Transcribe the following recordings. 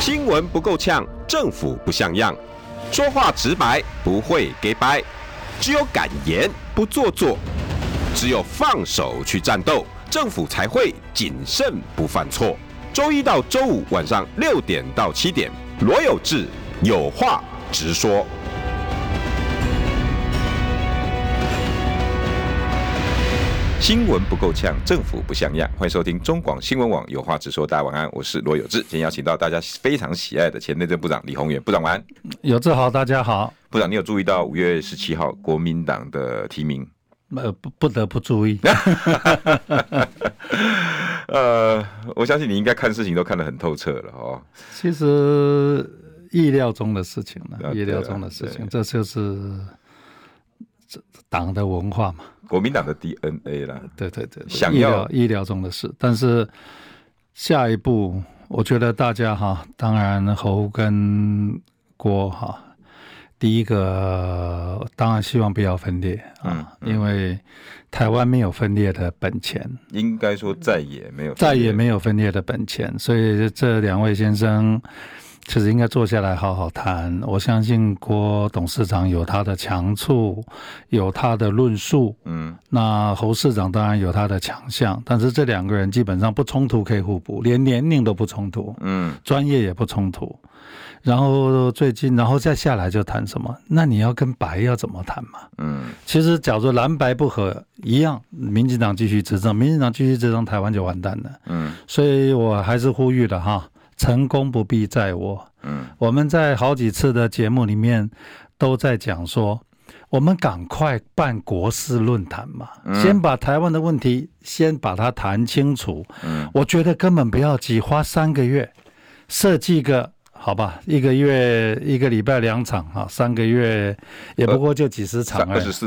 新闻不够呛，政府不像样，说话直白，不会给掰，只有敢言不做作，只有放手去战斗，政府才会谨慎不犯错。周一到周五晚上6点到7点，罗有志有话直说。新闻不够呛，政府不像样。欢迎收听中广新闻网有话直说。大家晚安，我是罗有志。今天邀请到大家非常喜爱的前内政部长李鸿源部长，晚安。 有志好，大家好。 部长，你有注意到5月17号国民党的提名？ 不得不注意。 我相信你应该看事情都看得很透彻了哦。 其实意料中的事情了，意料中的事情，这就是党的文化嘛， 国民党的 DNA 啦。 对， 想要意料中的事。但是下一步，我觉得大家当然侯跟郭第一个当然希望不要分裂因为台湾没有分裂的本钱， 应该说再也没有分裂的本钱，所以这两位先生其实应该坐下来好好谈。我相信郭董事长有他的强处，有他的论述，那侯市长当然有他的强项，但是这两个人基本上不冲突，可以互补，连年龄都不冲突，专业也不冲突。然后然后再下来就谈什么？那你要跟白要怎么谈嘛？其实假如蓝白不合一样，民进党继续执政，台湾就完蛋了。所以我还是呼吁了成功不必在我。我们在好几次的节目里面都在讲说，我们赶快办国事论坛嘛，先把台湾的问题先把它谈清楚。我觉得根本不要急，花3个月设计个好吧，1个月1个礼拜2场3个月也不过就几十场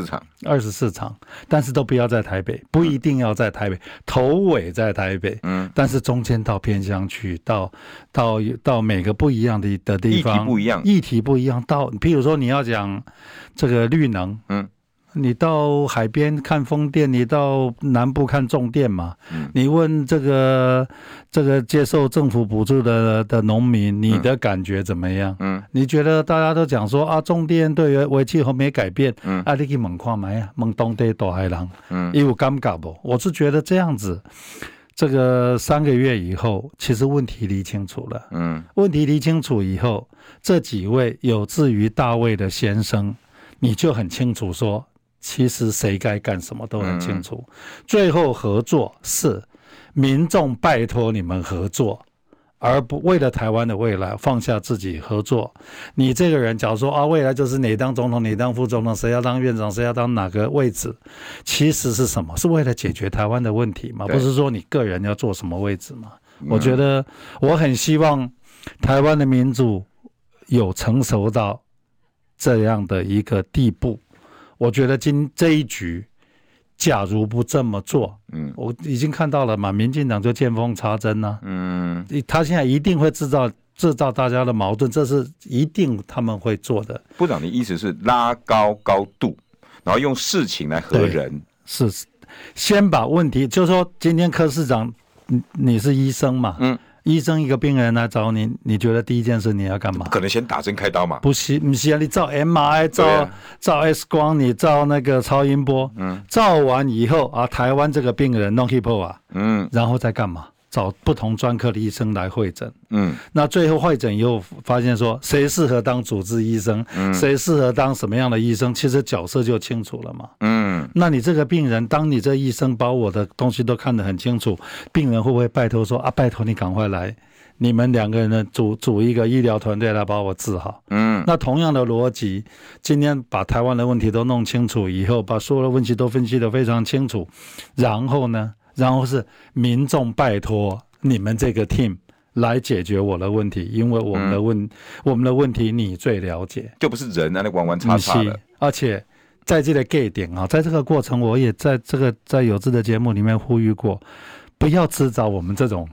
，24场，但是都不要在台北，不一定要在台北，头尾在台北，但是中间到偏乡去，到每个不一样的地方，议题不一样，到譬如说你要讲这个绿能，你到海边看风电，你到南部看重电嘛，你问这个接受政府补助的农民，你的感觉怎么样？你觉得大家都讲说重电对于气候没改变，你去问看嘛，问当地大海人，有感觉不？我是觉得这样子，这个3个月以后，其实问题理清楚了。问题理清楚以后，这几位有志于大位的先生，你就很清楚说，其实谁该干什么都很清楚。最后合作是民众拜托你们合作，而不为了台湾的未来放下自己合作。你这个人假如说未来就是你当总统你当副总统，谁要当院长谁要当哪个位置，其实是什么？是为了解决台湾的问题嘛，不是说你个人要做什么位置嘛。我觉得我很希望台湾的民主有成熟到这样的一个地步。我觉得这一局假如不这么做，我已经看到了嘛，民进党就见缝插针他现在一定会制造大家的矛盾，这是一定他们会做的。 部长的意思是拉高高度，然后用事情来和人， 是先把问题，就是说今天柯市长你是医生嘛，医生一个病人来找你，你觉得第一件事你要干嘛？ 可能先打针开刀嘛？ 不是你照 MRI 照 X 光，你照那个超音波，照完以后台湾这个病人弄去破然后再干嘛？找不同专科的医生来会诊，那最后会诊以后发现说谁适合当主治医生，谁适合当什么样的医生，其实角色就清楚了嘛。那你这个病人，当你这医生把我的东西都看得很清楚，病人会不会拜托说拜托你赶快来，你们2个人呢组一个医疗团队来把我治好。那同样的逻辑，今天把台湾的问题都弄清楚以后，把所有的问题都分析得非常清楚，然后是民众拜托你们这个 team 来解决我的问题，因为我们的问题你最了解， 就不是人那弯弯叉叉的。 而且在这个 gay 点在这个过程，我也在有志的节目里面呼吁过，不要制造我们这种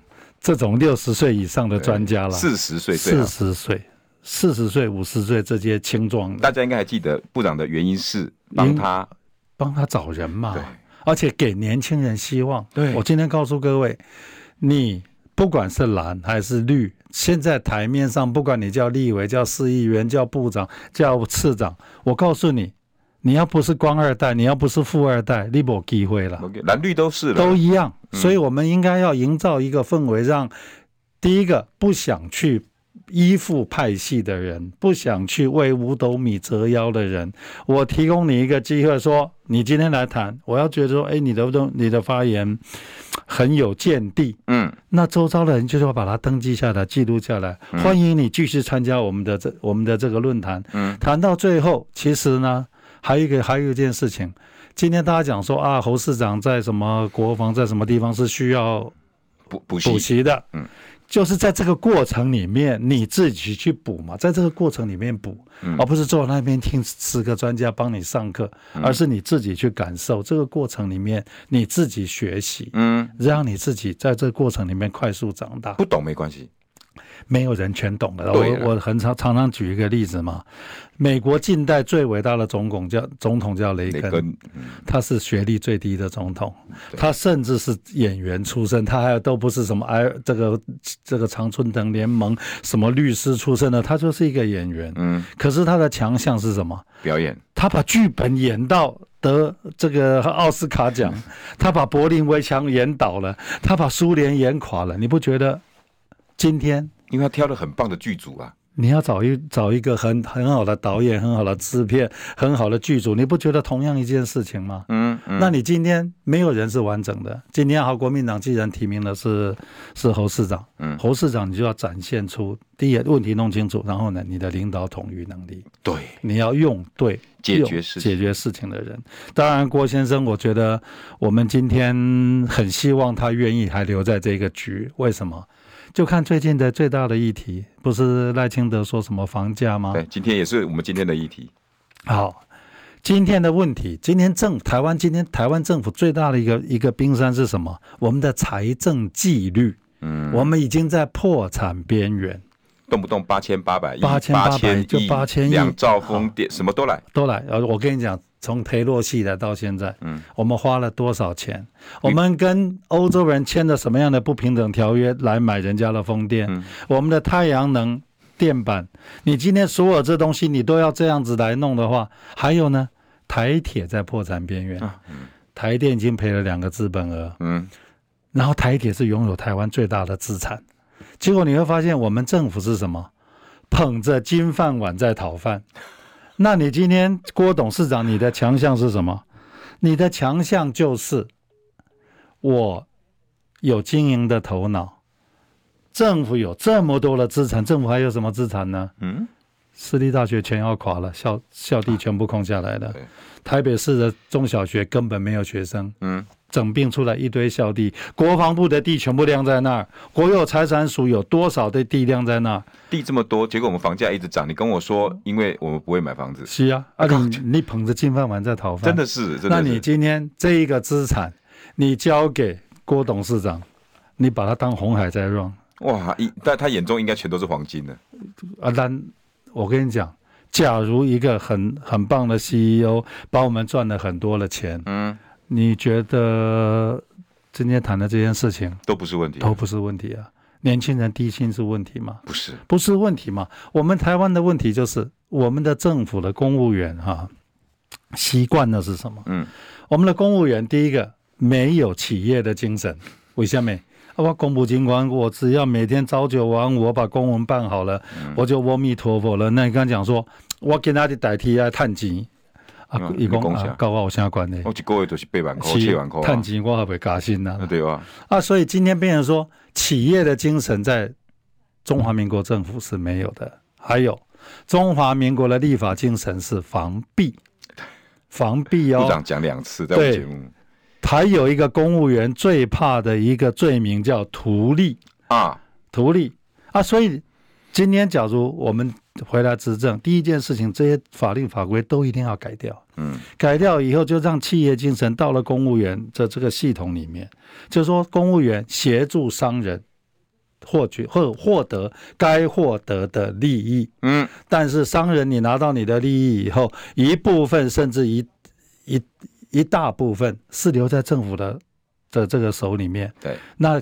60岁以上的专家了 ，40岁 40岁50岁这些青壮， 大家应该还记得部长的原因是帮他找人嘛，而且给年轻人希望。我今天告诉各位，你不管是蓝还是绿，现在台面上不管你叫立委、叫市议员、叫部长、叫次长，我告诉你，你要不是官二代，你要不是富二代，你没机会了。 蓝绿都是了， 都一样。所以我们应该要营造一个氛围，让第一个不想去依附派系的人，不想去为五斗米折腰的人，我提供你一个机会，说你今天来谈，我要觉得说，你的发言很有见地，那周遭的人就是要把它登记下来，记录下来，欢迎你继续参加我们的这个论坛，谈到最后，其实呢，还有一件事情，今天大家讲说啊，侯市长在什么国防在什么地方是需要补习的，就是在这个过程里面你自己去补嘛，在这个过程里面补，而不是坐在那边听10个专家帮你上课，而是你自己去感受这个过程里面，你自己学习，让你自己在这个过程里面快速长大。 不懂没关系， 没有人全懂的。我常常举一个例子嘛，美国近代最伟大的总统叫雷根，他是学历最低的总统，他甚至是演员出身，他还都不是什么这个常春藤联盟什么律师出身的，他就是一个演员。可是他的强项是什么？ 表演。他把剧本演到得这个奥斯卡奖，他把柏林围墙演倒了，他把苏联演垮了。你不觉得今天？ 因为他挑了很棒的剧组啊， 你要找一个很好的导演、很好的制片、很好的剧组，你不觉得同样一件事情吗？那你今天没有人是完整的。今天国民党既然提名的是侯市长，侯市长你就要展现出第一问题弄清楚，然后呢，你的领导统御能力，对，你要用对解决事情的人。当然，郭先生，我觉得我们今天很希望他愿意还留在这个局，为什么？就看最近的最大的议题，不是赖清德说什么房价吗？ 对，今天也是我们今天的议题。 好，今天的问题，今天台湾政府最大的一个冰山是什么？我们的财政纪律，我们已经在破产边缘， 动不动8800亿、 8000亿 ，2兆风电，什么都来。 我跟你讲。从裴洛西来到现在，我们花了多少钱？我们跟欧洲人签了什么样的不平等条约来买人家的风电？我们的太阳能电板，你今天所有这东西你都要这样子来弄的话，还有呢，台铁在破产边缘，台电已经赔了2个资本额，然后台铁是拥有台湾最大的资产，结果你会发现我们政府是什么？捧着金饭碗在讨饭。那你今天郭董事长，你的强项是什么？你的强项就是我有经营的头脑，政府有这么多的资产，政府还有什么资产呢？私立大学全要垮了，校地全部空下来了，台北市的中小学根本没有学生，整并出来一堆校地，国防部的地全部晾在那儿，国有财产署有多少的地晾在那儿？ 地这么多，结果我们房价一直涨。你跟我说，因为我们不会买房子。 是啊，你捧着金饭碗在讨饭， 真的是。 那你今天这一个资产，你交给郭董事长，你把它当红海在 run， 哇！但他眼中应该全都是黄金的。 但我跟你讲，假如一个很棒的 CEO 把我们赚了很多的钱，你觉得今天谈的这件事情都不是问题？ 都不是问题啊！年轻人低薪是问题吗？ 不是问题嘛。我们台湾的问题就是我们的政府的公务员习惯的是什么？我们的公务员第一个没有企业的精神，为什么？我公务机关，我只要每天朝九晚五，我把公文办好了，我就阿弥陀佛了。那你刚讲说，我给他的代替来探钱。伊讲跟我有啥关系？ 我一个月就是8万块、7万块， 探钱我还不会加薪呢。 对吧？ 所以今天变成说，企业的精神在中华民国政府是没有的。还有中华民国的立法精神是防弊哦。 部长讲2次在我们节目。 还有一个公务员最怕的一个罪名叫图利啊，所以今天假如我们回来执政，第一件事情，这些法律法规都一定要改掉。改掉以后，就让企业精神到了公务员的这个系统里面，就是说公务员协助商人获得该获得的利益。但是商人你拿到你的利益以后，一部分甚至一大部分是留在政府的这个手里面。 对， 那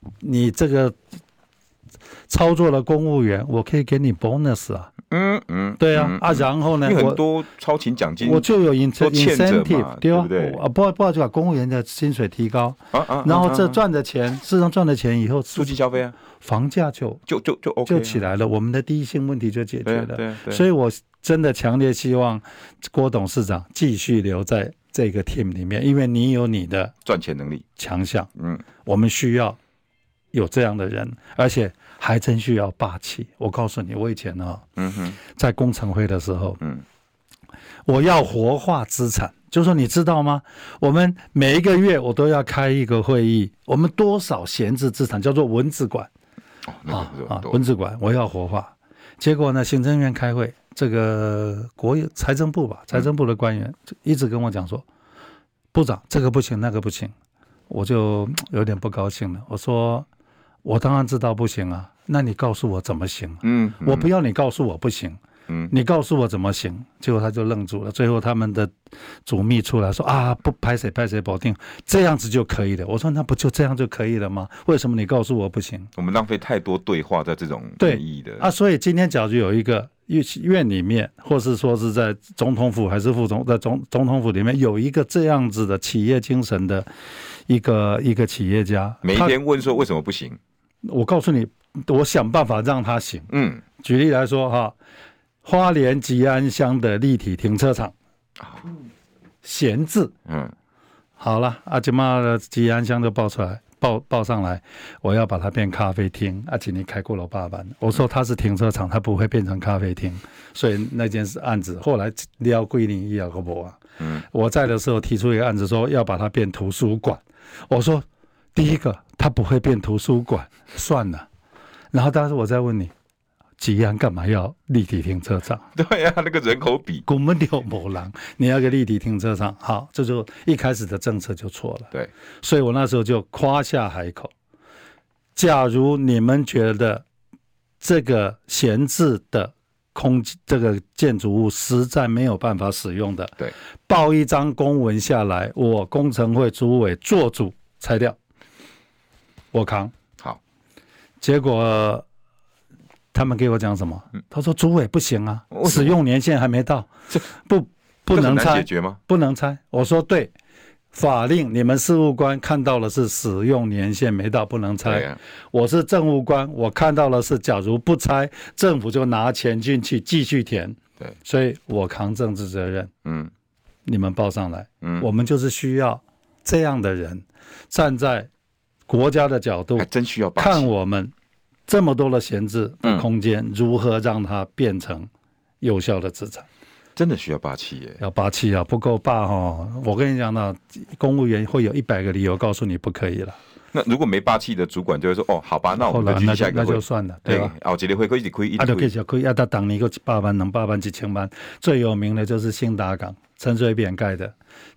你这个操作的公务员，我可以给你 bonus 啊。对啊，然后呢， 很多超勤奖金， 我就有 incentive， 对不对？ 不好就把公务员的薪水提高，然后这赚的钱，事实上赚的钱以后促进消费啊， 房价就 OK 就起来了，我们的第一性问题就解决了。 对， 所以我真的强烈希望郭董事长继续留在这个 team 里面，因为你有你的赚钱能力强项，我们需要有这样的人，而且还真需要霸气。我告诉你，我以前在工程会的时候，我要活化资产，就说你知道吗？我们每一个月我都要开一个会议，我们多少闲置资产叫做文字馆，文字馆我要活化。结果呢，行政院开会，这个财政部的官员就一直跟我讲说，部长这个不行那个不行，我就有点不高兴了。我说我当然知道不行啊，那你告诉我怎么行？我不要你告诉我不行，你告诉我怎么行？结果他就愣住了。最后他们的主秘出来说啊，不拍谁保定，这样子就可以了。我说那不就这样就可以了吗？为什么你告诉我不行？ 我们浪费太多对话在这种对意的啊。所以今天假如有一个院里面，或是说是在总统府还是在总统府里面有一个这样子的企业精神的一个企业家， 每一天问说为什么不行？ 我告诉你，我想办法让他行。举例来说哈，花莲吉安乡的立体停车场，闲置，好了，今嘛的吉安乡就报出来，报上来，我要把它变咖啡厅。今年开过了8班，我说它是停车场，它不会变成咖啡厅，所以那件案子后来撩归你一个不啊。我在的时候提出一个案子，说要把它变图书馆。我说第一个，它不会变图书馆，算了。然后当时我再问你，吉安干嘛要立体停车场？ 对啊，那个人口比根本就没人，你要个立体停车场，好，这就一开始的政策就错了。 对， 所以我那时候就夸下海口，假如你们觉得这个闲置的这个建筑物实在没有办法使用的， 对， 报一张公文下来，我工程会主委做主拆掉，我扛。 好， 结果他们给我讲什么？他说主委不行啊，使用年限还没到，不能拆， 解决吗？ 不能拆。我说对，法令你们事务官看到的是使用年限没到不能拆，我是政务官，我看到的是假如不拆，政府就拿钱进去继续填。 对， 所以我扛政治责任。你们报上来，我们就是需要这样的人，站在国家的角度， 还真需要看我们这么多的闲置的空间，如何让它变成有效的资产。 真的需要霸气耶， 要霸气啊！不够霸哦！我跟你讲呢，公务员会有100个理由告诉你不可以了。 那如果没霸气的主管就会说：“哦，好吧，那我们就继续下一个会， 那就算了，对吧？” 一个会可以开，一就继续开，到当年个100万、200万、1000万，最有名的就是兴达港陈水扁盖的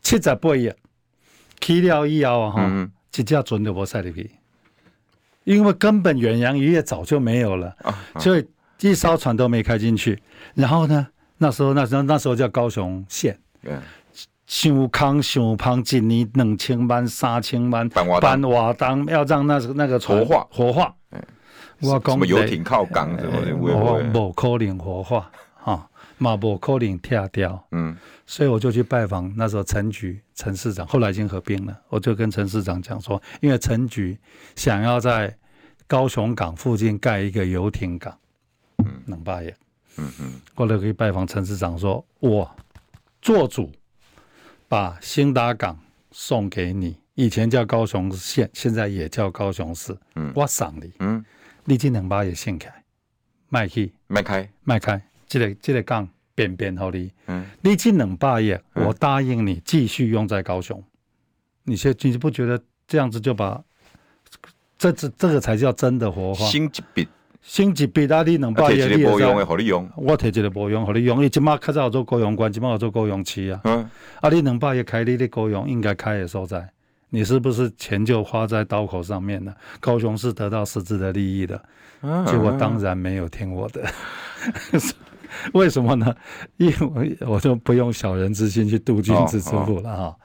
78亿，起了以后啊，一架船都没塞进去，因为根本远洋渔业早就没有了，所以一艘船都没开进去。然后呢？那时候叫高雄县，想康想胖，一年2000万、3000万办瓦当，要让那个船活化。 我讲什么游艇靠港什么的， 不可能活化哈，嘛不可能跳掉。所以我就去拜访那时候陈市长，后来已经合并了。我就跟陈市长讲说，因为陈局想要在高雄港附近盖一个游艇港，200亿。我就去拜访陈市长说，我做主把兴达港送给你，以前叫高雄县，现在也叫高雄市。我送你，你这200亿先开，卖开，这个港便给你。你这200亿，我答应你继续用在高雄。你不觉得这样子就把这个才叫真的活化？升一笔啊！你200亿， 你无用的，给你用。 我摕一个无用，给你用。伊即马较早有做高雄关，即马有做高雄市啊。你200亿开你的高雄应该开的所在，你是不是钱就花在刀口上面了？高雄是得到实质的利益的，结果当然没有听我的。为什么呢？因为我就不用小人之心去度君子之腹了哈。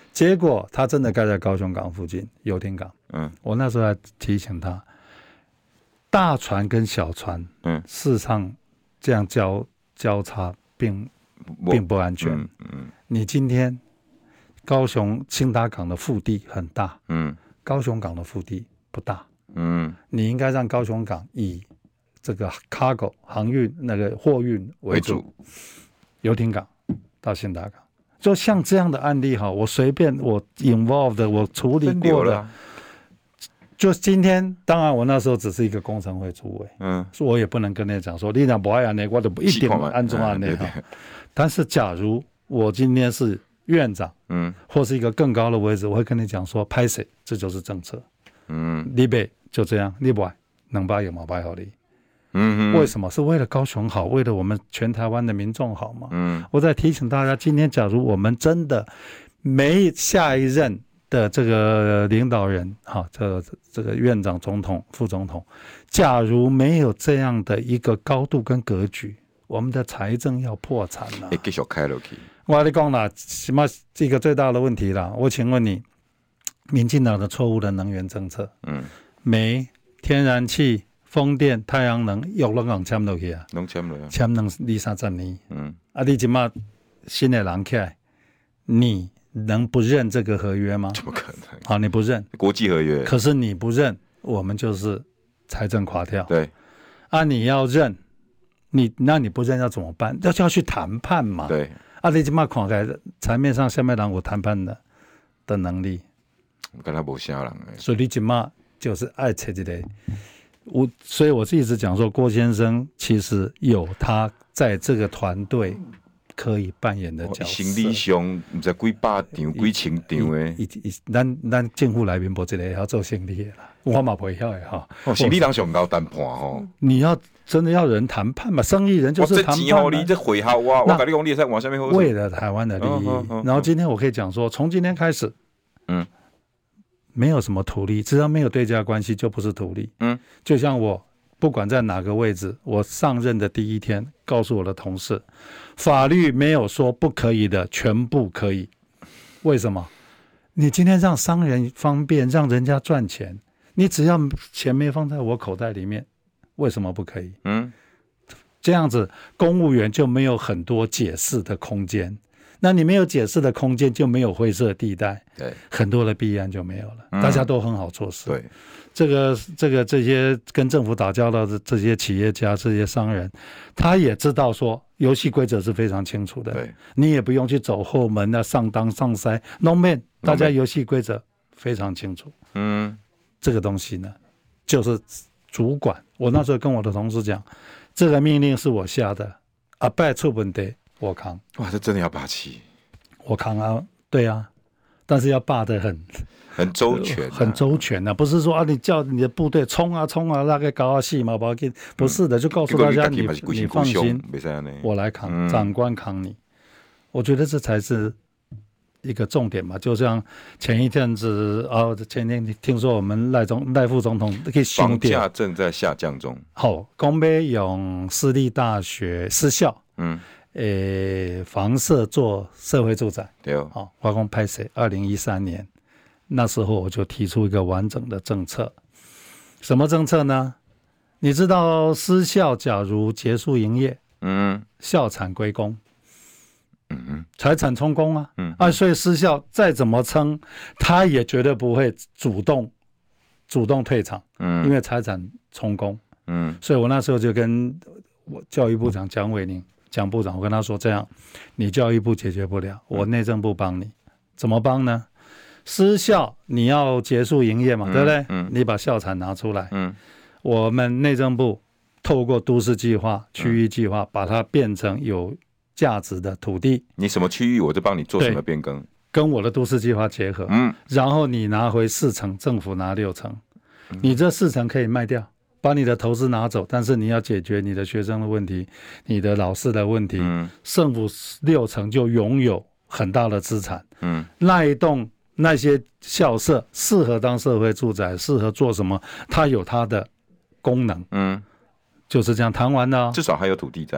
结果他真的盖在高雄港附近游艇港。我那时候还提醒他，大船跟小船，事实上这样交叉并不安全。你今天高雄兴达港的腹地很大，高雄港的腹地不大，你应该让高雄港以这个 cargo 航运那个货运为主，游艇港到兴达港，就像这样的案例哈，我随便我 involved 的我处理过的。就今天，当然我那时候只是一个工程会主委，所以我也不能跟你讲说，你若不爱安呢，我就不一定按照安呢。但是假如我今天是院长，或是一个更高的位置，我会跟你讲说，拍谁，这就是政策，你别就这样，你不爱能把有毛摆好你。为什么？是为了高雄好，为了我们全台湾的民众好嘛。我在提醒大家，今天假如我们真的没下一任的这个领导人，这个院长、总统、副总统，假如没有这样的一个高度跟格局，我们的财政要破产了。 继续开下去。 我跟你讲啦，什么这个最大的问题啦？我请问你，民进党的错误的能源政策，煤、天然气、风电、太阳能又拢讲签落去啊， 拢签落啊， 签两2-3年。你今嘛新的人起来，你能不认这个合约吗？ 怎么可能？ 好，你不认国际合约， 可是你不认，我们就是财政垮掉。 对啊，你要认，那你不认要怎么办？要去谈判嘛。 对啊，你今嘛看开台面上下面人有谈判的能力， 跟他没啥人所以你今嘛就是爱扯这个。所以我一直讲说，郭先生其实有他在这个团队可以扮演的角色。 行李上不知几百场、几千场的。 咱政府内面无一个要做生意的啦，我嘛不晓得哈。 行李人上高谈判吼。你要真的要人谈判嘛？生意人就是谈判。我这钱好你，这回好我跟你讲，你也在往下面。 为了台湾的利益，然后今天我可以讲说，从今天开始，没有什么图利，只要没有对价关系，就不是图利。就像我不管在哪个位置，我上任的第一天，告诉我的同事，法律没有说不可以的，全部可以。为什么？你今天让商人方便，让人家赚钱，你只要钱没放在我口袋里面，为什么不可以？这样子公务员就没有很多解释的空间。那你没有解释的空间，就没有灰色地带，对，很多的弊案就没有了，大家都很好做事。对，这些跟政府打交道的这些企业家、这些商人，他也知道说游戏规则是非常清楚的，对，你也不用去走后门啊、上当上塞 ，no man， 大家游戏规则非常清楚。这个东西呢，就是主管。我那时候跟我的同事讲，这个命令是我下的，阿拜出问题。我扛。 哇，这真的要霸气！ 我扛啊，对啊，但是要霸得很周全， 很周全啊，不是说啊，你叫你的部队冲啊冲啊，那个搞啊戏嘛，不要紧，不是的，就告诉大家你放心，我来扛，长官扛你。我觉得这才是一个重点嘛。就像前一阵子前天听说我们赖副总统可以房价正在下降中， 好，公杯用私立大学私校，房舍做社会住宅， 对哦， 我讲拍摄2013年那时候我就提出一个完整的政策。什么政策呢？你知道私校假如结束营业，校产归公，财产充公啊，所以私校再怎么撑，他也绝对不会主动退场，因为财产充公，所以我那时候就跟我教育部长蒋伟宁蒋部长，我跟他说，这样你教育部解决不了，我内政部帮你。怎么帮呢？私校你要结束营业嘛，对不对？你把校产拿出来，我们内政部透过都市计划、区域计划，把它变成有价值的土地。 你什么区域，我就帮你做什么变更， 跟我的都市计划结合。然后你拿回4成，政府拿6成，你这4成可以卖掉。把你的投资拿走，但是你要解决你的学生的问题，你的老师的问题，政府6成就拥有很大的资产，那一栋那些校舍适合当社会住宅，适合做什么，它有它的功能，就是这样谈完了， 至少还有土地在。 对，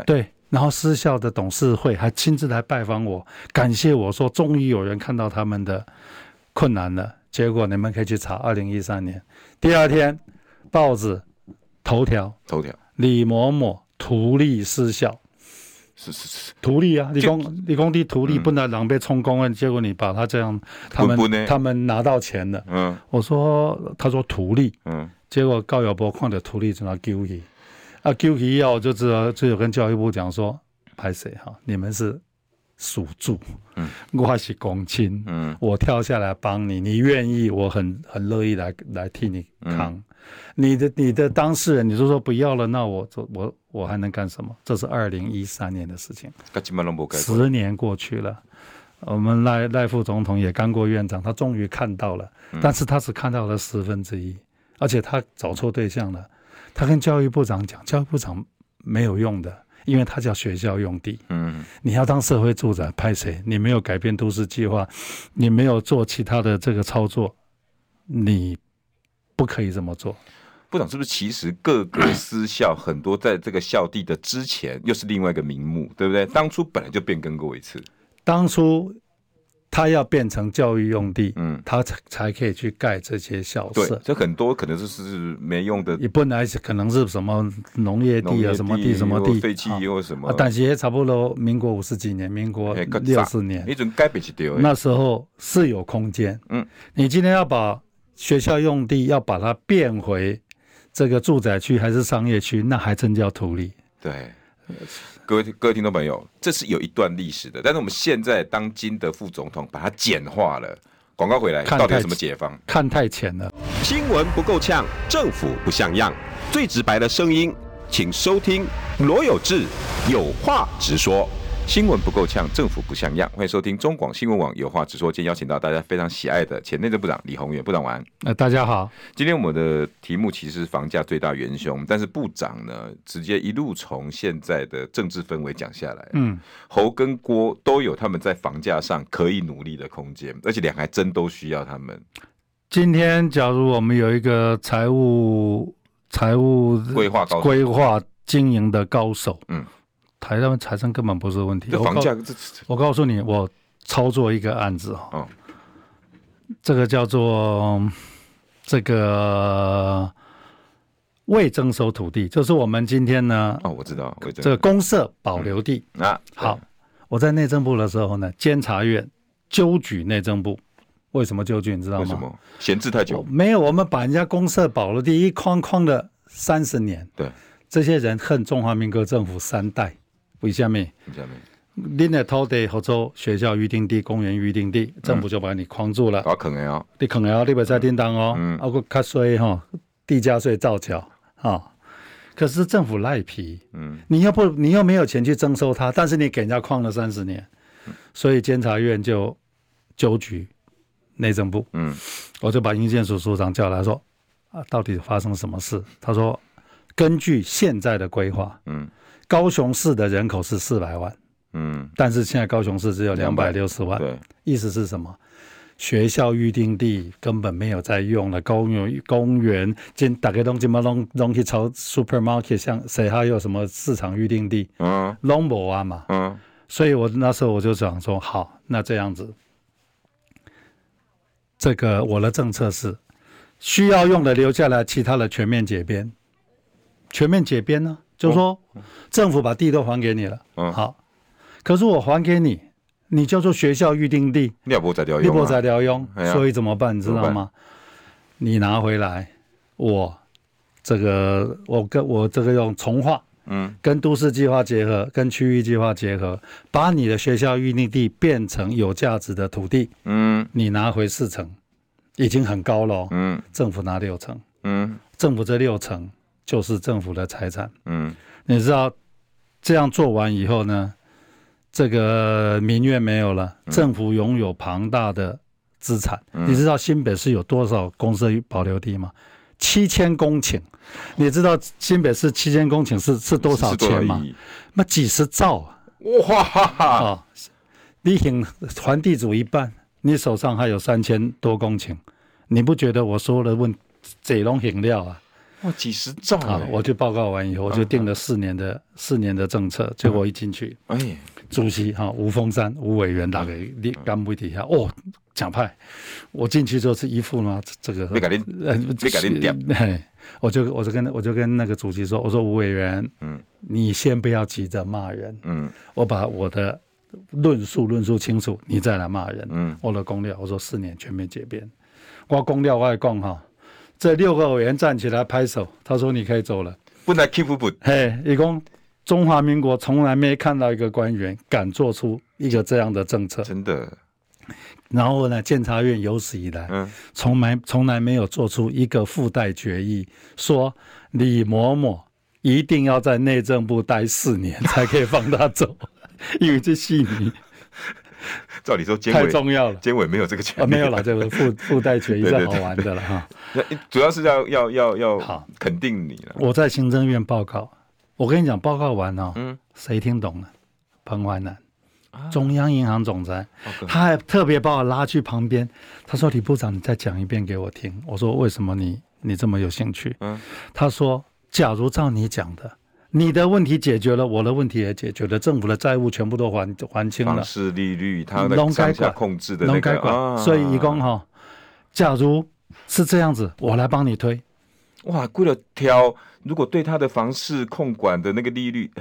然后私校的董事会还亲自来拜访我，感谢我说终于有人看到他们的困难了。结果你们可以去查2013年，第二天报纸头条李某某图利私校，是图利啊！你讲你图利，本来人被充公案，结果你把他这样，他们拿到钱了。我说，他说图利，结果高友波看到图利就拿丢去，丢去以后就知道，就有跟教育部讲说，拍谁哈，你们是属住，我是公亲，我跳下来帮你，你愿意，我很乐意来替你扛。你的当事人，你就说不要了，那我还能干什么？这是2013年的事情，10年过去了。我们赖副总统也干过院长，他终于看到了，但是他只看到了1/10，而且他找错对象了。他跟教育部长讲，教育部长没有用的。因为它叫学校用地，你要当社会住宅，派谁？你没有改变都市计划，你没有做其他的这个操作，你不可以这么做。 部长，是不是其实各个私校很多在这个校地的之前又是另外一个名目，对不对？当初本来就变更过一次， 当初他要变成教育用地，他才可以去盖这些校舍。 对，这很多可能就是没用的， 你本来可能是什么农业地啊，什么地， 废弃或什么， 但是也差不多民国50几年，民国60年， 一种改变是对的。 那时候是有空间，你今天要把学校用地要把它变回这个住宅区还是商业区，那还真叫图利。 对。各位听众朋友，这是有一段历史的，但是我们现在当今的副总统把它简化了。广告回来，到底有什么解方？ 看太浅了。 新闻不够呛，政府不像样，最直白的声音，请收听罗有志有话直说。 新闻不够呛，政府不像样。欢迎收听中广新闻网有话直说。今天邀请到大家非常喜爱的前内政部长李鸿源部长晚安。 大家好。 今天我们的题目其实是房价最大元凶，但是部长呢直接一路从现在的政治氛围讲下来。侯跟郭都有他们在房价上可以努力的空间，而且两个还真都需要他们。 今天假如我们有一个财务规划经营的高手，台湾财政根本不是问题。 房价， 我告诉你，我操作一个案子这个叫做这个未征收土地，就是我们今天呢， 我知道， 这个公社保留地好，我在内政部的时候呢，监察院纠举内政部，为什么纠举？你知道吗？ 为什么？闲置太久？ 没有，我们把人家公社保留地一框框的30年， 对， 这些人恨中华民国政府3代。为什么？你的土地或者学校预定地、公园预定地，政府就把你框住了。 坑的哦， 你坑的你不再叮当哦，还卡税地价税造桥可是政府赖皮，你又没有钱去征收它，但是你给人家框了30年，所以监察院就纠举内政部。我就把营建署署长叫来说，到底发生什么事？他说，根据现在的规划，高雄市的人口是400万，但是现在高雄市只有260万，对，意思是什么？学校预定地根本没有在用了，公园大家都去炒 supermarket， 像谁还有什么市场预定地，都没有嘛，所以我那时候我就想说，好，那这样子，这个我的政策是需要用的留下来，其他的全面解编。全面解编呢？就是说，政府把地都还给你了，好，可是我还给你，你叫做学校预定地， 你也不在调用， 所以怎么办？你知道吗？你拿回来，我这个用重划，跟都市计划结合，跟区域计划结合，把你的学校预定地变成有价值的土地，你拿回4成，已经很高了，政府拿6成，政府这6成。就是政府的财产，你知道这样做完以后呢，这个民怨没有了，政府拥有庞大的资产。你知道新北市有多少公社保留地吗？7000公顷。你知道新北市7000公顷是多少钱吗？那几十兆啊！哇！你还地主一半，你手上还有3000多公顷，你不觉得我说的这拢行了啊？ 哇，几十兆啊！ 我就报告完以后，我就定了4年的政策，结果一进去，主席吴峰山吴委员打给干部底下，奖派，我进去就是一副嘛，这个没改定点， 我就跟那个主席说，我说吴委员，你先不要急着骂人，我把我的论述清楚，你再来骂人，我的公料，我说4年全面解编，我公料我还讲哈，这6个委员站起来拍手，他说你可以走了， 不来 keep 不， 一共中华民国从来没看到一个官员敢做出一个这样的政策， 真的。 然后呢，监察院有史以来，从来没有做出一个附带决议，说李某某一定要在内政部待4年才可以放他走，因为这细腻。 照理说， 太重要了， 监委没有这个权利， 没有了，这个附带决议是好玩的了哈。 主要是要肯定你了。 我在行政院报告，我跟你讲，报告完谁听懂了？彭淮南。中央银行总裁，他还特别把我拉去旁边，他说：“李部长，你再讲一遍给我听。”我说：“为什么你这么有兴趣？”他说：“假如照你讲的，你的问题解决了，我的问题也解决了，政府的债务全部都还清了， 房市利率它的上下控制的那个， 所以一共假如是这样子，我来帮你推。” 哇，为了挑，如果对他的房市控管的那个利率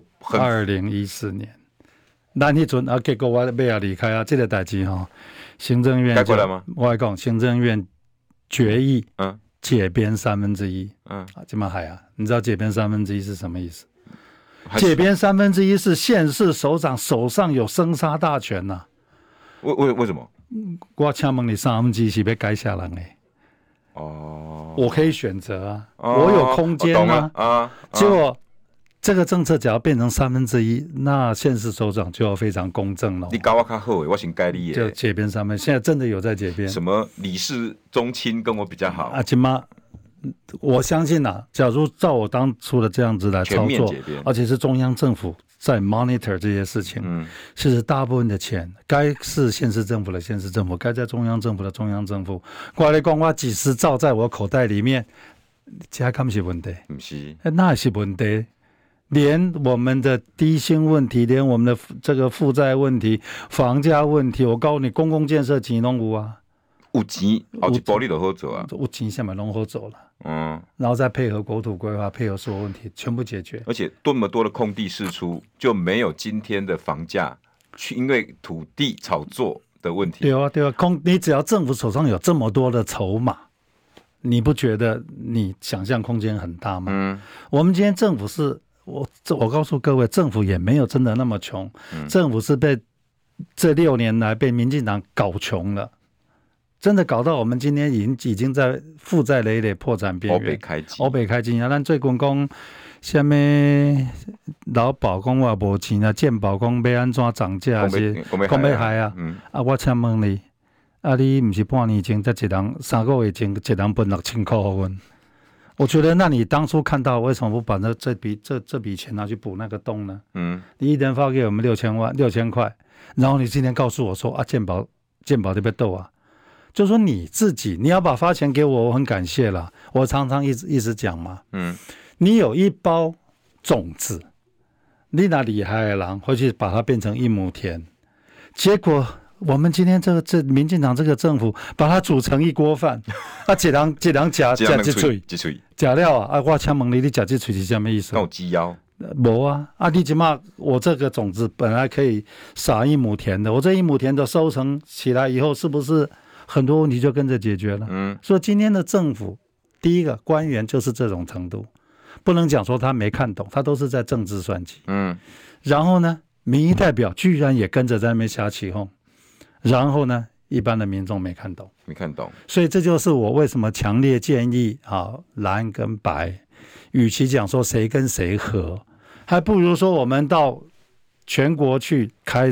2014年。那那阵结果我要离开这个代志行政院改过来吗？ 我讲行政院决议，解编1/3，这么海啊？你知道解编1/3是什么意思？解编1/3是县市首长手上有生杀大权呐。 为什么？ 我请问你1/3是要改下来的？我可以选择啊，我有空间啊。结果。这个政策只要变成1/3，那县市首长就要非常公正了。 你搞我较好，我先改你。 就解编1/3，现在真的有在解编。 什么李氏宗亲跟我比较好今妈，我相信假如照我当初的这样子来操作，而且是中央政府在 monitor 这些事情，其实大部分的钱该是县市政府的县市政府，该在中央政府的中央政府。过来讲，我几十兆在我口袋里面，这看不是问题， 不是， 那是问题。连我们的低薪问题，连我们的这个负债问题、房价问题，我告诉你，公共建设钱拢有啊， 有钱，后一步你就好做啊， 有钱下面拢好走了，然后再配合国土规划，配合所有问题，全部解决。 而且这么多的空地释出，就没有今天的房价，因为土地炒作的问题。 对啊，你只要政府手上有这么多的筹码，你不觉得你想象空间很大吗？我们今天政府是。我告诉各位，政府也没有真的那么穷，政府是被这6年来被民进党搞穷了，真的搞到我们今天已经在负债累累、破产边缘。欧北开金啊！咱最近讲什么劳保讲我无钱啊，健保讲要安怎涨价是讲要害啊！我请问你，你不是半年前才一人3个月前一人分6000块给我？我觉得，那你当初看到为什么不把这笔钱拿去补那个洞呢？你一人发给我们6000块，然后你今天告诉我说健保这边斗啊，就说你自己你要把发钱给我，我很感谢啦。我常常一直讲嘛，你有一包种子，你那厉害的人会去把它变成1亩田，结果。我们今天这民进党这个政府把它煮成一锅饭，一人吃一嘴，吃了我请问你吃这嘴是什么意思？ 跟我鸡腰？ 没啊！你起码我这个种子本来可以撒1亩田的，我这1亩田的收成起来以后，是不是很多问题就跟着解决了？所以今天的政府，第一个官员就是这种程度，不能讲说他没看懂，他都是在政治算计。然后呢，民意代表居然也跟着在那边瞎起哄。然后呢，一般的民众没看懂，所以这就是我为什么强烈建议蓝跟白，与其讲说谁跟谁合，还不如说我们到全国去开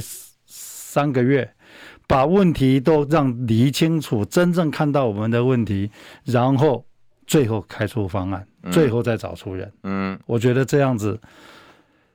3个月，把问题都让理清楚，真正看到我们的问题，然后最后开出方案，最后再找出人。我觉得这样子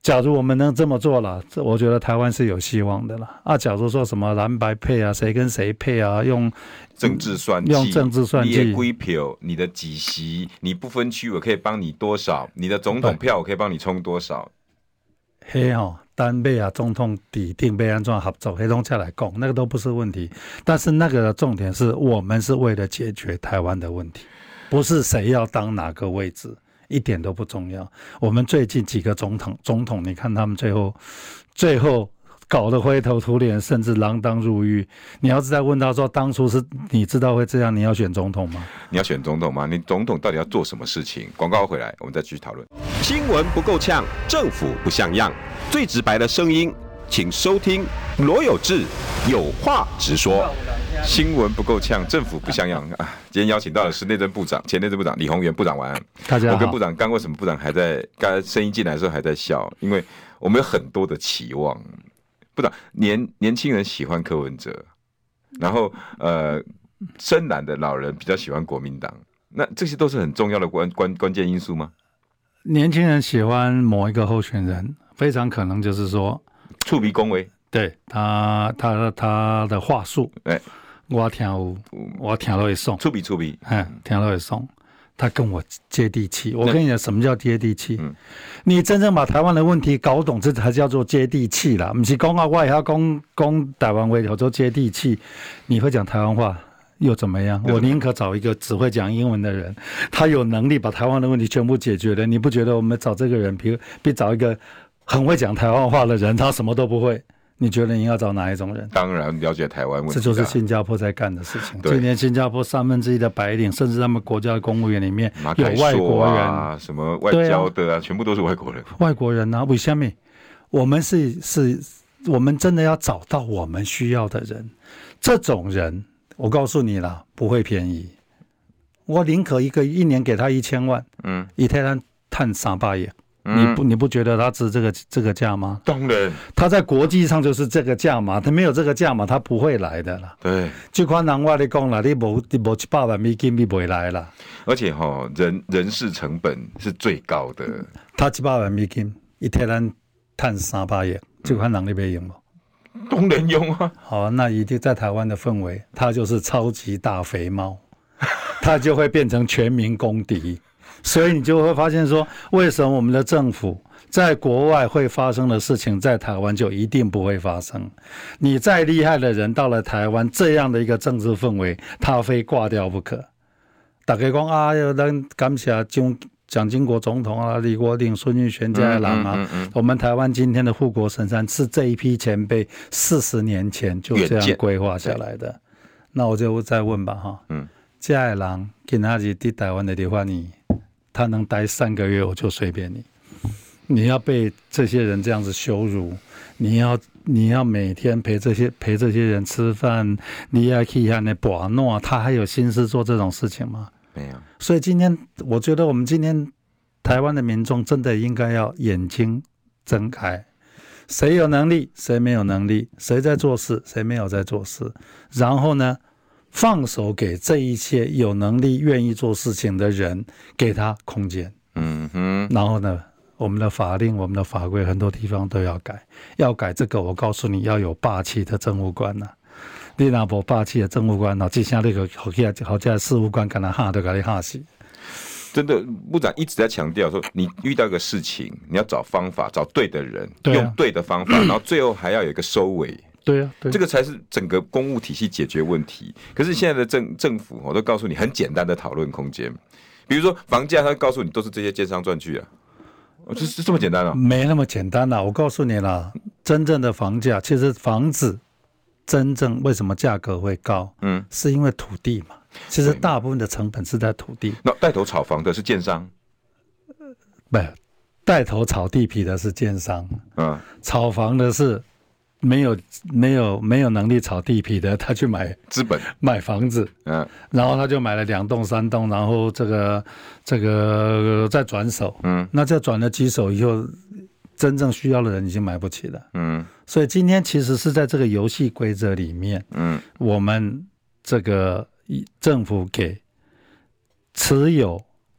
假如我们能这么做了，我觉得台湾是有希望的了啊。假如说什么蓝白配啊，谁跟谁配啊，用政治算计，你也归票，你的几席，你不分区，我可以帮你多少，你的总统票我可以帮你冲多少。 嘿吼，单倍啊，总统底定被安怎合作，黑东下来讲，那个都不是问题。但是那个的重点是我们是为了解决台湾的问题，不是谁要当哪个位置。一点都不重要。我们最近几个总统，你看他们最后搞得灰头土脸，甚至锒铛入狱。你要是再问他说，当初是你知道会这样，你要选总统吗？ 你要选总统吗？你总统到底要做什么事情？广告回来，我们再继续讨论。 新闻不够呛，政府不像样，最直白的声音，请收听罗有志有话直说。 新闻不够呛，政府不像样啊！今天邀请到的是内政部长、前内政部长李鸿源部长，晚安。 大家好。 我跟部长刚为什么部长还在刚声音进来的时候还在笑？因为我们有很多的期望。部长，年轻人喜欢柯文哲，然后深蓝的老人比较喜欢国民党，那这些都是很重要的关键因素吗？ 年轻人喜欢某一个候选人，非常可能就是说触鼻恭维， 对他的话术，我听到会爽， 触鼻， 听到会爽。他跟我接地气，我跟你讲，什么叫接地气？你真正把台湾的问题搞懂，这才叫做接地气啦。不是讲啊，我也要讲台湾话，叫做接地气。你会讲台湾话又怎么样？我宁可找一个只会讲英文的人，他有能力把台湾的问题全部解决了。你不觉得我们找这个人比找一个很会讲台湾话的人，他什么都不会？你觉得你要找哪一种人？ 当然了解台湾问题， 这就是新加坡在干的事情。今年新加坡1/3的白领，甚至他们国家的公务员里面有外国人啊，什么外交的啊，全部都是外国人。 外国人啊，为什么？我们我们真的要找到我们需要的人。这种人，我告诉你啦，不会便宜。我宁可一年给他1000万，一天他赚300亿。你不觉得他值这个价吗？ 当然， 他在国际上就是这个价码，他没有这个价码，他不会来的啦。 对， 这款人我跟你讲啦，你没700万美金，你不会来啦。 而且人事成本是最高的。 他700万美金，一天咱赚300亿，这款人你要用吗？ 当然用啊。 好，那一定在台湾的氛围，他就是超级大肥猫，他就会变成全民公敌。所以你就会发现说，为什么我们的政府在国外会发生的事情，在台湾就一定不会发生？你再厉害的人到了台湾，这样的一个政治氛围，他非挂掉不可。大家说啊，咱感谢蒋经国总统啊，李国鼎、孙运璇这些人啊，我们台湾今天的护国神山是这一批前辈40年前就这样规划下来的。那我就再问吧哈，这些人今仔日在台湾的地方呢？他能待3个月，我就随便你。你要被这些人这样子羞辱，你要每天陪这些人吃饭，你要去他那把弄，他还有心思做这种事情吗？ 没有。 所以今天，我觉得我们今天台湾的民众真的应该要眼睛睁开，谁有能力，谁没有能力，谁在做事，谁没有在做事，然后呢？放手给这一些有能力、愿意做事情的人，给他空间。然后呢，我们的法令、我们的法规，很多地方都要改。要改这个，我告诉你，要有霸气的政务官呐。你若无霸气的政务官，这下那个好像事务官跟他吓都给你吓死。 真的，部长一直在强调说，你遇到一个事情，你要找方法，找对的人，用对的方法，然后最后还要有一个收尾。 对啊， 这个才是整个公务体系解决问题。可是现在的政府，我都告诉你很简单的讨论空间，比如说房价，他告诉你都是这些奸商赚去啊，就是这么简单啊？ 没那么简单啦，我告诉你啦，真正的房价，其实房子真正为什么价格会高？是因为土地嘛。其实大部分的成本是在土地。 那带头炒房的是建商？ 不，带头炒地皮的是建商。炒房的是。没有能力炒地皮的，他去买资本买房子，然后他就买了2栋3栋，然后这个再转手，那这转了几手以后，真正需要的人已经买不起了，所以今天其实是在这个游戏规则里面，我们这个政府给持有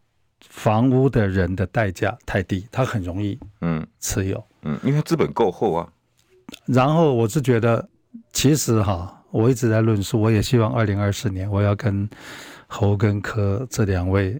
房屋的人的代价太低，他很容易持有， 因为资本够厚啊。 然后我是觉得，其实我一直在论述，我也希望2024年我要跟侯跟柯这两位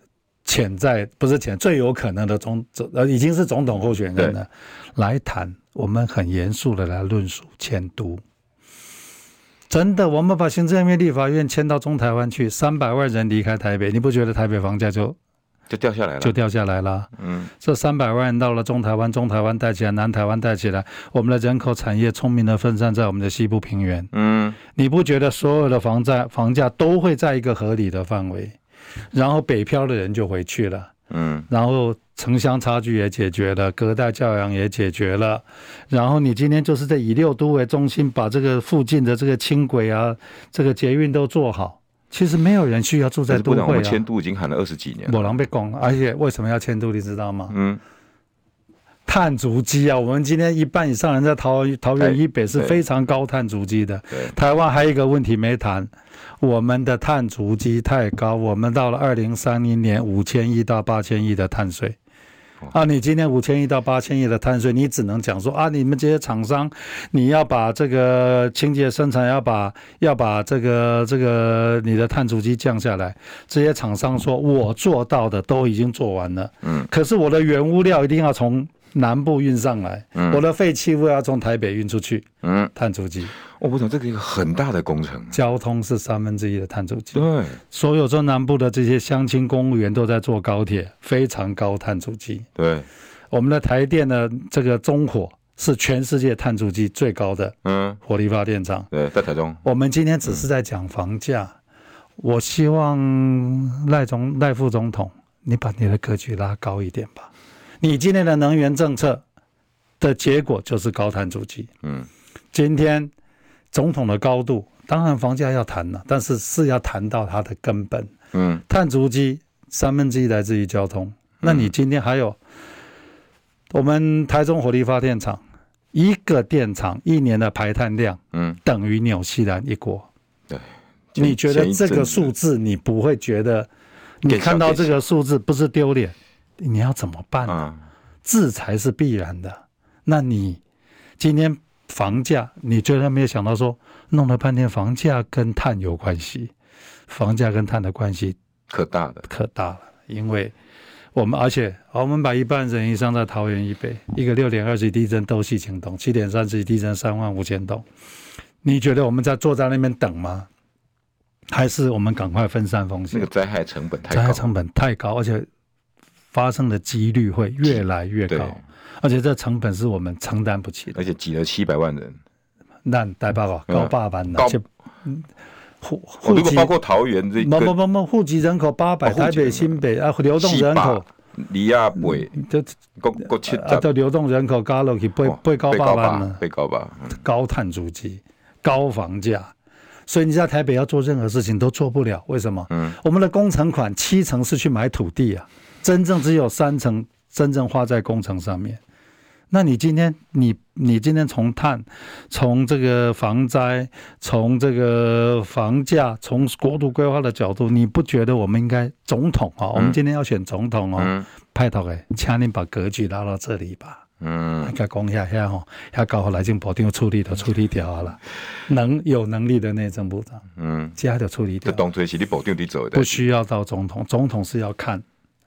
最有可能的已经是总统候选人了，来谈，我们很严肃的来论述迁都。真的，我们把行政院立法院迁到中台湾去，300万人离开台北，你不觉得台北房价就掉下来了？这300万人到了中台湾，中台湾带起来，南台湾带起来，我们的人口产业聪明的分散在我们的西部平原。你不觉得所有的房价都会在一个合理的范围？然后北漂的人就回去了，然后城乡差距也解决了，隔代教养也解决了，然后你今天就是在以6都为中心，把这个附近的这个轻轨啊，这个捷运都做好，其实没有人需要住在都会啊。 我们迁都已经喊了20几年了， 没人被讲，而且为什么要迁都，你知道吗？碳足迹啊，我们今天1半以上人在桃园以北是非常高碳足迹的。台湾还有一个问题没谈，我们的碳足迹太高，我们到了2030年5000亿到8000亿的碳税。你今天5000亿到8000亿的碳税，你只能讲说你们这些厂商，你要把这个清洁生产要把这个你的碳足迹降下来。这些厂商说我做到的都已经做完了，可是我的原物料一定要从南部运上来，我的废弃物要从台北运出去，碳足迹。 我懂，这个一个很大的工程， 交通是1/3的碳足迹。 对， 所有中南部的这些乡亲公务员都在坐高铁，非常高碳足迹。 对， 我们的台电的这个中火是全世界碳足迹最高的火力发电厂。 对，在台中。我们今天只是在讲房价，我希望赖副总统，你把你的格局拉高一点吧。你今天的能源政策的结果就是高碳足迹。今天总统的高度，当然房价要谈了，但是要谈到它的根本。碳足迹1/3来自于交通。那你今天还有我们台中火力发电厂，一个电厂1年的排碳量，等于纽西兰1国。 对， 你觉得这个数字，你不会觉得？你看到这个数字不是丢脸？你要怎么办呢？制裁是必然的。那你今天房价，你觉得没有想到说，弄了半天房价跟碳有关系，房价跟碳的关系可大了， 因为我们把1半人以上在桃园以北，一个6.2级地震都系情动，7.3级地震35000栋，你觉得我们坐在那边等吗？还是我们赶快分散风险？ 那个灾害成本太高，而且发生的几率会越来越高，而且这成本是我们承担不起的， 而且挤了700万人， 那台北高8万了， 如果包括桃园这个， 户籍人口800，台北新北流动人口离亚北， 就流动人口加落去8万了，高碳足迹，高房价。所以你在台北要做任何事情都做不了，为什么？我们的工程款7成是去买土地啊，真正只有3成真正花在工程上面。那你今天你今天从碳，从这个防灾，从这个房价，从国土规划的角度，你不觉得我们应该总统我们今天要选总统拜托请你把格局拉到这里吧。应该讲遐高内政部长处理掉了，有能力的内政部长，这就处理掉。 这当初是你部长在做的， 不需要到总统，总统是要看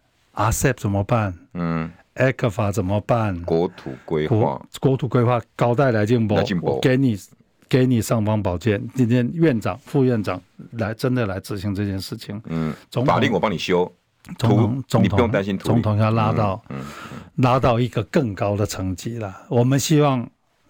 RCEP 怎么办，ECFA 怎么办， 国土规划交代内政部给你尚方宝剑，今天院长、副院长真的来执行这件事情。 法令我帮你修。你不用担心总统要拉到一个更高的层级了。我们希望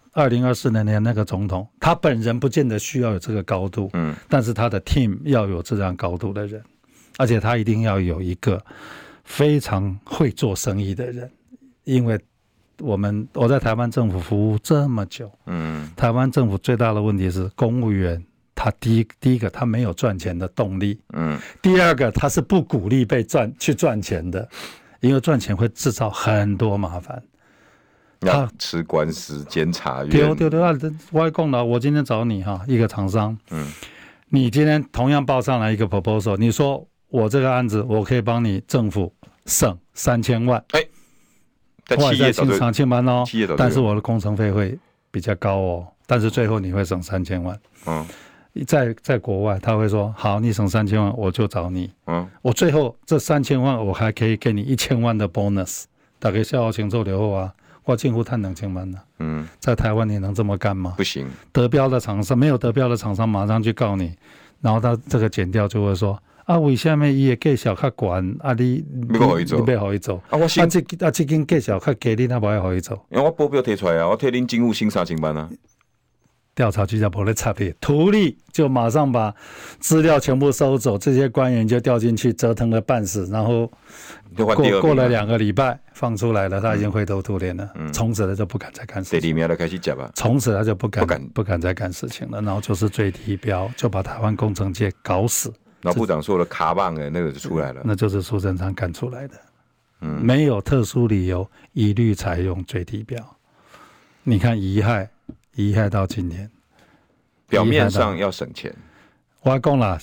2024年那个总统，他本人不见得需要有这个高度，但是他的 team 要有这样高度的人，而且他一定要有一个非常会做生意的人，因为我在台湾政府服务这么久，台湾政府最大的问题是公务员。他第一个他没有赚钱的动力，第二个他是不鼓励去赚钱的，因为赚钱会制造很多麻烦， 要吃官司、监察院。 对，我讲了，我今天找你一个厂商，你今天同样报上来一个 proposal， 你说我这个案子我可以帮你政府省3000万。 后来在上班哦，但是我的工程费会比较高哦，但是最后你会省3000万。在国外他会说好，你省3000万我就找你。我最后这3000万我还可以给你1000万的 bonus。大家笑好清楚就好啊，我政府赚2000万了。在台湾你能这么干吗？ 不行。 得标的厂商没有得标的厂商马上去告你，然后他这个检调就会说为什么他的价钱较悬你要给他走这间价钱较低你哪不要给他走？ 因为我报表提出来我替恁政府省3000万啊。 调查局就没在插屁，图利就马上把资料全部收走，这些官员就掉进去折腾了半死，然后过了2个礼拜放出来了，他已经灰头土脸了。从此他就不敢再干事情。 第2名就开始接吧。 从此他就不敢再干事情了，然后就是最低标，就把台湾工程界搞死。 老部长说了卡棒的那个就出来了， 那就是苏贞昌干出来的。没有特殊理由，一律采用最低标。你看遗害到今天， 表面上要省钱。 我讲啦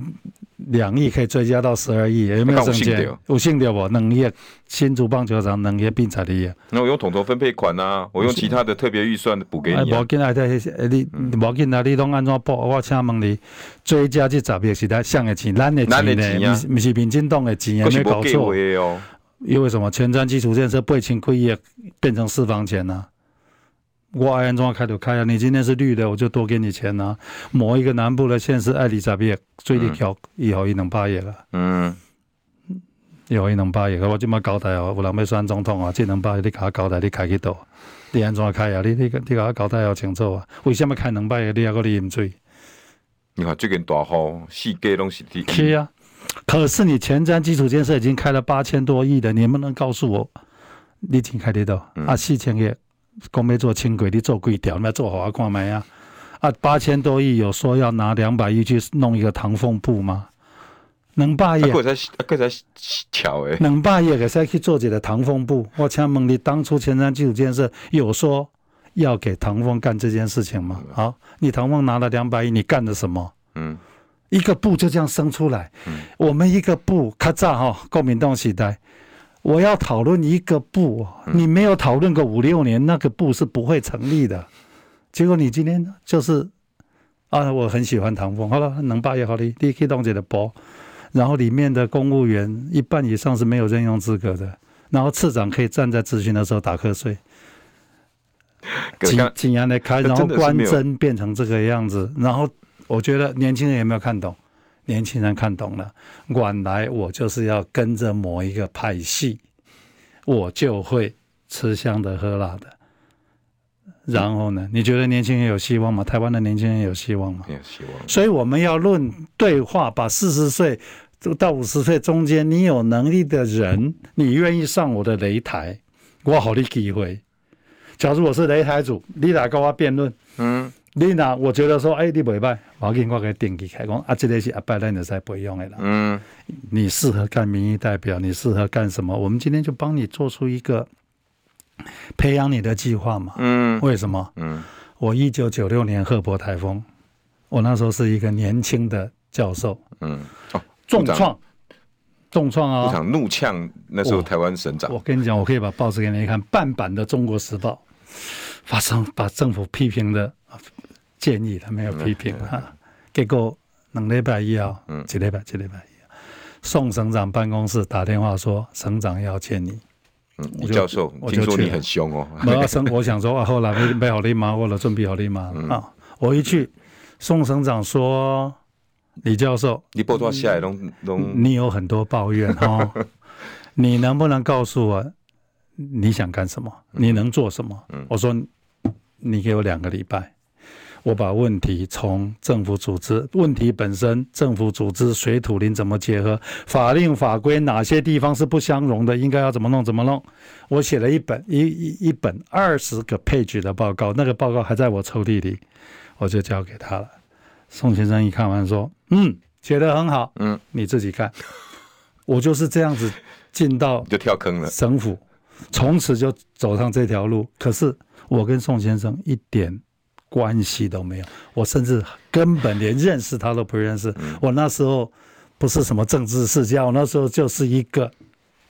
，2亿可以追加到12亿，有没有省钱？有省掉不？2亿新竹棒球场2亿并采利益。 那我用统筹分配款啊，我用其他的特别预算补给你。 无紧啊，你无紧啊，你拢安怎报？我请问你，追加这10亿是咱省的钱，咱的钱呢？不是民进党的钱，有没有搞错？因为什么？前瞻基础建设8000几亿变成私房钱啊？我爱安怎开就开啊！你今天是绿的，我就多给你钱啊！某一个南部的县市爱20亿，水利桥以后200亿了。以后200亿，我这么交代哦，有人要选总统啊，这200亿你给他交代，你开去倒？你安怎开啊？你给他交代要清楚啊！为什么开200亿？你还搁你饮水？ 你看最近大雨，四界拢是地。 是啊，可是你前瞻基础建设已经开了8000多亿的，你能不能告诉我，你已经开得到4000亿？讲要做轻轨，你做几条？你要做好我看卖啊！8000多亿有说要拿200亿去弄一个唐凤部吗？200亿， 还在巧诶 ！200亿可以去做一个唐凤部。我请问你，当初前瞻基础建设有说要给唐凤干这件事情吗？好，你唐凤拿了200亿，你干了什么？一个部就这样生出来。我们一个部，较早国民党时代。我要讨论一个部，你没有讨论个5-6年，那个部是不会成立的。结果你今天就是我很喜欢唐凤，好了，200亿好你可以弄一个部，然后里面的公务员1半以上是没有任用资格的，然后次长可以站在质询的时候打瞌睡。几年来开，然后官箴变成这个样子，然后我觉得年轻人有没有看懂？年轻人看懂了，原来我就是要跟着某一个派系，我就会吃香的喝辣的。然后呢，你觉得年轻人有希望吗？台湾的年轻人有希望吗？ 没有希望。 所以我们要论对话，把40岁到50岁中间，你有能力的人，你愿意上我的擂台，我给你机会。假如我是擂台主，你来跟我辩论，你哪我觉得说，你不错，我给你定义开讲这个是阿伯咱就使培养的啦。你适合干民意代表，你适合干什么？我们今天就帮你做出一个培养你的计划嘛。为什么？我1996年赫伯台风，我那时候是一个年轻的教授。重创啊！ 部长怒呛那时候台湾省长。 我跟你讲，我可以把报纸给你看，半版的《中国时报》把政府批评的。建议他没有批评结果2礼拜以后，1礼拜以后，宋省长办公室打电话说，省长要见你。 李教授，听说你很凶哦。 我想说后来没好你嘛，我就准备好你嘛我一去，宋省长说，李教授， 你报多下来你有很多抱怨你能不能告诉我你想干什么？你能做什么？我说你给我2个礼拜。我把问题从政府组织问题本身，政府组织水土林怎么结合，法令法规哪些地方是不相容的，应该要怎么弄。我写了一本20个 page 的报告，那个报告还在我抽屉里，我就交给他了。宋先生一看完说，写得很好，你自己看。我就是这样子进到就跳坑了省府，从此就走上这条路。可是我跟宋先生一点关系都没有，我甚至根本连认识他都不认识。我那时候不是什么政治世家，我那时候就是一个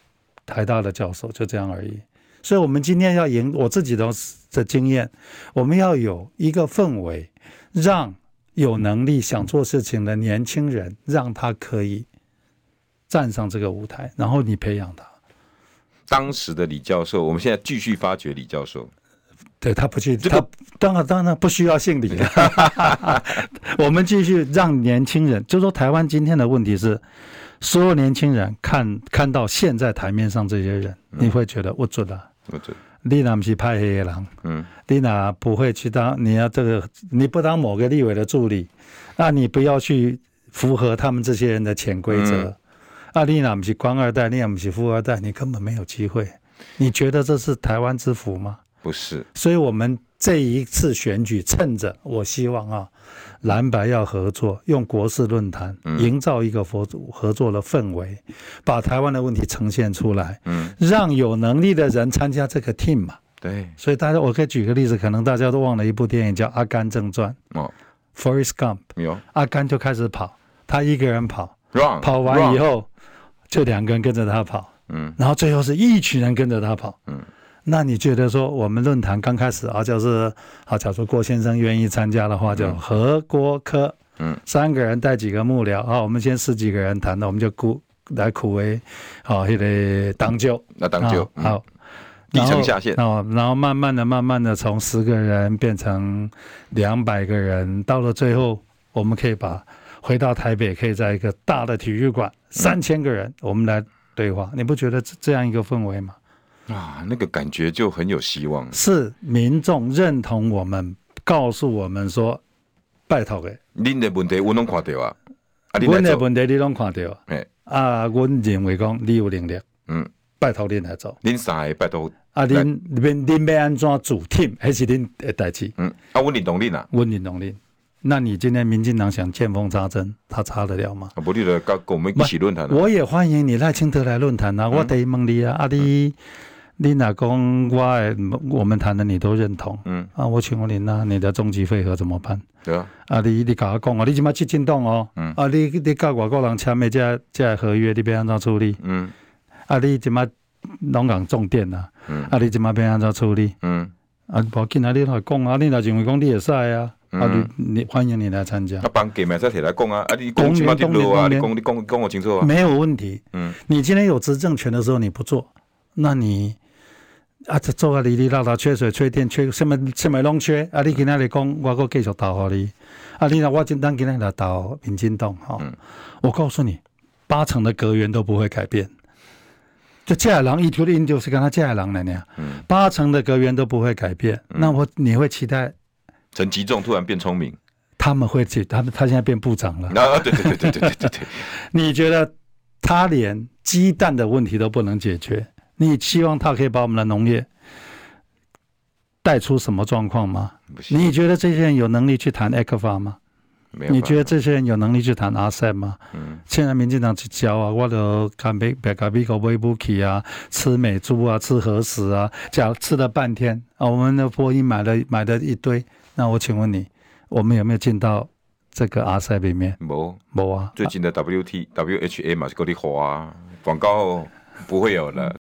台大的教授，就这样而已。所以我们今天要我自己的经验，我们要有一个氛围，让有能力想做事情的年轻人，让他可以站上这个舞台，然后你培养他。 当时的李教授，我们现在继续发掘李教授。 对，他不去，他当然不需要姓李了。我们继续让年轻人，就说台湾今天的问题是，所有年轻人看到现在台面上这些人，你会觉得我准了，你哪不是派黑的人，你哪不会去当，你不当某个立委的助理，那你不要去符合他们这些人的潜规则。你哪不是官二代，你哪不是富二代，你根本没有机会。你觉得这是台湾之福吗？ 不是。 所以我们这一次选举，趁着我希望蓝白要合作，用国事论坛营造一个合作的氛围，把台湾的问题呈现出来，让有能力的人参加这个 team 嘛。 对。 所以我可以举个例子，可能大家都忘了一部电影叫《阿甘正传》Forrest Gump。阿甘就开始跑，他一个人跑，跑完以后就2个人跟着他跑，然后最后是一群人跟着他跑，那你觉得说我们论坛刚开始就是假如郭先生愿意参加的话，就何郭柯3个人带几个幕僚我们先10几个人谈的，我们就来苦为那个当救，好， 低层下线， 然后慢慢的从10个人变成200个人，到了最后我们可以回到台北，可以在一个大的体育馆3000个人，我们来对话，你不觉得这样一个氛围吗？ 那个感觉就很有希望， 是民众认同我们，告诉我们说，拜托的， 您的问题我拢看到啊， 我的问题你拢看到我认为讲你有能力，拜托您来做， 您3个拜托您要安怎组 team， 还是您的代志？ 我认同您啊， 我认同您。那你今天民进党想见缝插针，他插得了吗？ 不，你就跟我们一起论坛。 我也欢迎你赖清德来论坛我得问你你哪讲我们谈的你都认同，我请问你你的终极废核怎么办？ 对啊， 你跟我讲你现在去进动你跟外国人签的这合约，你要安怎处理？你现在拢讲重电你现在要安怎处理？不要紧你来讲你若认为讲你会使你欢迎你来参加。 帮给买再提来讲你讲什么的路你讲我清楚没有问题。你今天有执政权的时候你不做，那你做啊哩哩啦啦，缺水缺电缺什么拢缺你今天来讲我还继续投给你你我今天来投民进党我告诉你，80%的阁员都不会改变。就这些人一头的就是跟他这些人来呢，80%的阁员都不会改变。那你会期待陈吉仲突然变聪明？ 他现在变部长了对。 你觉得他连鸡蛋的问题都不能解决？你希望他可以把我们的农业带出什么状况吗？你觉得这些人有能力去谈 ECFA 吗？你觉得这些人有能力去谈 RCEP 吗？现在民进党去教我就看美国买不起吃美猪吃核食吃了半天我们的波音买了一堆。那我请问你，我们有没有进到这个 RCEP 里面？没啊。 最近的 WHA 嘛是给你花广告不会有了。